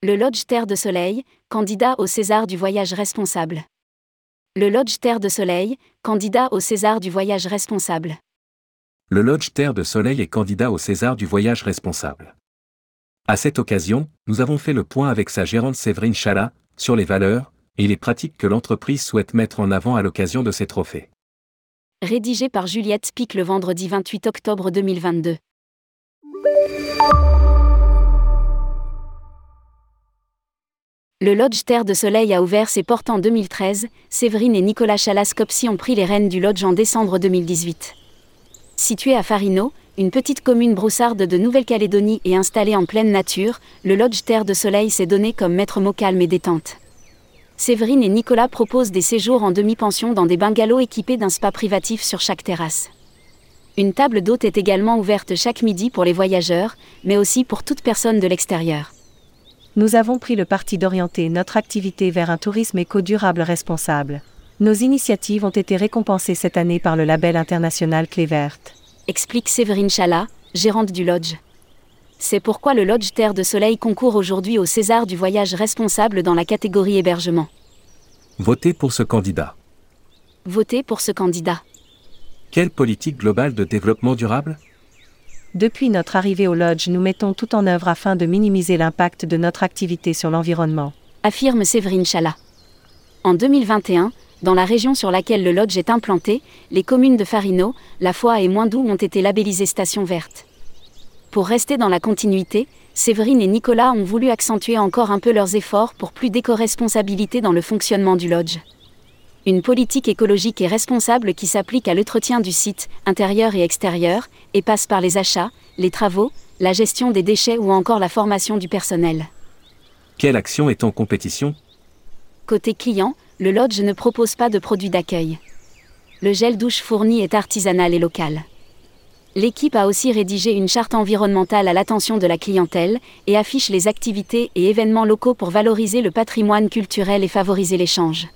Le Lodge Terre de Soleil, candidat au César du voyage responsable. Le Lodge Terre de Soleil, candidat au César du voyage responsable. Le Lodge Terre de Soleil est candidat au César du voyage responsable. À cette occasion, nous avons fait le point avec sa gérante Séverine Chala sur les valeurs et les pratiques que l'entreprise souhaite mettre en avant à l'occasion de ces trophées. Rédigé par Juliette Spic le vendredi 28 octobre 2022. Le Lodge Terre de Soleil a ouvert ses portes en 2013, Séverine et Nicolas Chala-Scopsi ont pris les rênes du lodge en décembre 2018. Situé à Farino, une petite commune broussarde de Nouvelle-Calédonie et installée en pleine nature, le Lodge Terre de Soleil s'est donné comme maître mot calme et détente. Séverine et Nicolas proposent des séjours en demi-pension dans des bungalows équipés d'un spa privatif sur chaque terrasse. Une table d'hôte est également ouverte chaque midi pour les voyageurs, mais aussi pour toute personne de l'extérieur. Nous avons pris le parti d'orienter notre activité vers un tourisme éco-durable responsable. Nos initiatives ont été récompensées cette année par le label international Clé Verte. Explique Séverine Chala, gérante du lodge. C'est pourquoi le Lodge Terre de Soleil concourt aujourd'hui au César du voyage responsable dans la catégorie hébergement. Votez pour ce candidat. Votez pour ce candidat. Quelle politique globale de développement durable ? Depuis notre arrivée au lodge, nous mettons tout en œuvre afin de minimiser l'impact de notre activité sur l'environnement, affirme Séverine Chala. En 2021, dans la région sur laquelle le lodge est implanté, les communes de Farino, La Foix et Moindou ont été labellisées stations vertes. Pour rester dans la continuité, Séverine et Nicolas ont voulu accentuer encore un peu leurs efforts pour plus d'éco-responsabilité dans le fonctionnement du lodge. Une politique écologique et responsable qui s'applique à l'entretien du site, intérieur et extérieur, et passe par les achats, les travaux, la gestion des déchets ou encore la formation du personnel. Quelle action est en compétition ? Côté client, le lodge ne propose pas de produits d'accueil. Le gel douche fourni est artisanal et local. L'équipe a aussi rédigé une charte environnementale à l'attention de la clientèle et affiche les activités et événements locaux pour valoriser le patrimoine culturel et favoriser l'échange.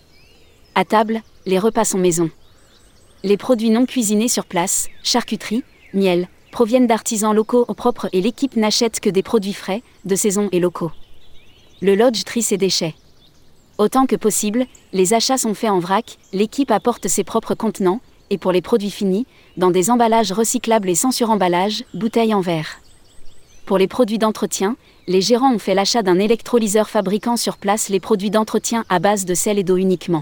À table, les repas sont maison. Les produits non cuisinés sur place, charcuterie, miel, proviennent d'artisans locaux au propre et l'équipe n'achète que des produits frais, de saison et locaux. Le lodge trie ses déchets. Autant que possible, les achats sont faits en vrac, l'équipe apporte ses propres contenants, et pour les produits finis, dans des emballages recyclables et sans suremballage, bouteilles en verre. Pour les produits d'entretien, les gérants ont fait l'achat d'un électrolyseur fabriquant sur place les produits d'entretien à base de sel et d'eau uniquement.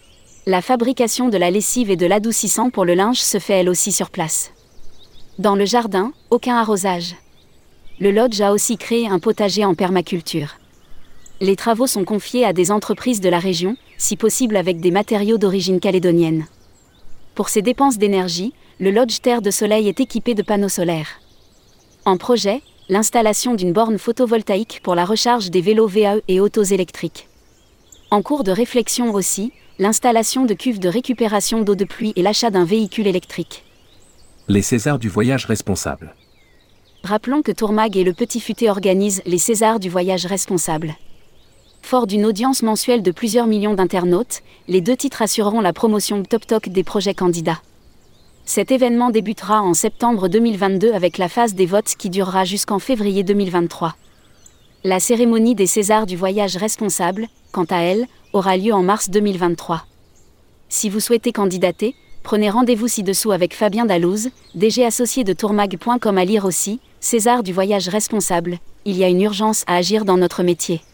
La fabrication de la lessive et de l'adoucissant pour le linge se fait elle aussi sur place. Dans le jardin, aucun arrosage. Le lodge a aussi créé un potager en permaculture. Les travaux sont confiés à des entreprises de la région, si possible avec des matériaux d'origine calédonienne. Pour ses dépenses d'énergie, le Lodge Terre de Soleil est équipé de panneaux solaires. En projet, l'installation d'une borne photovoltaïque pour la recharge des vélos VAE et autos électriques. En cours de réflexion aussi, l'installation de cuves de récupération d'eau de pluie et l'achat d'un véhicule électrique. Les Césars du voyage responsable. Rappelons que Tourmag et le Petit Futé organisent les Césars du voyage responsable. Fort d'une audience mensuelle de plusieurs millions d'internautes, les deux titres assureront la promotion top-toc des projets candidats. Cet événement débutera en septembre 2022 avec la phase des votes qui durera jusqu'en février 2023. La cérémonie des Césars du voyage responsable, quant à elle, aura lieu en mars 2023. Si vous souhaitez candidater, prenez rendez-vous ci-dessous avec Fabien Dallouz, DG associé de Tourmag.com. À lire aussi, César du voyage responsable, il y a une urgence à agir dans notre métier.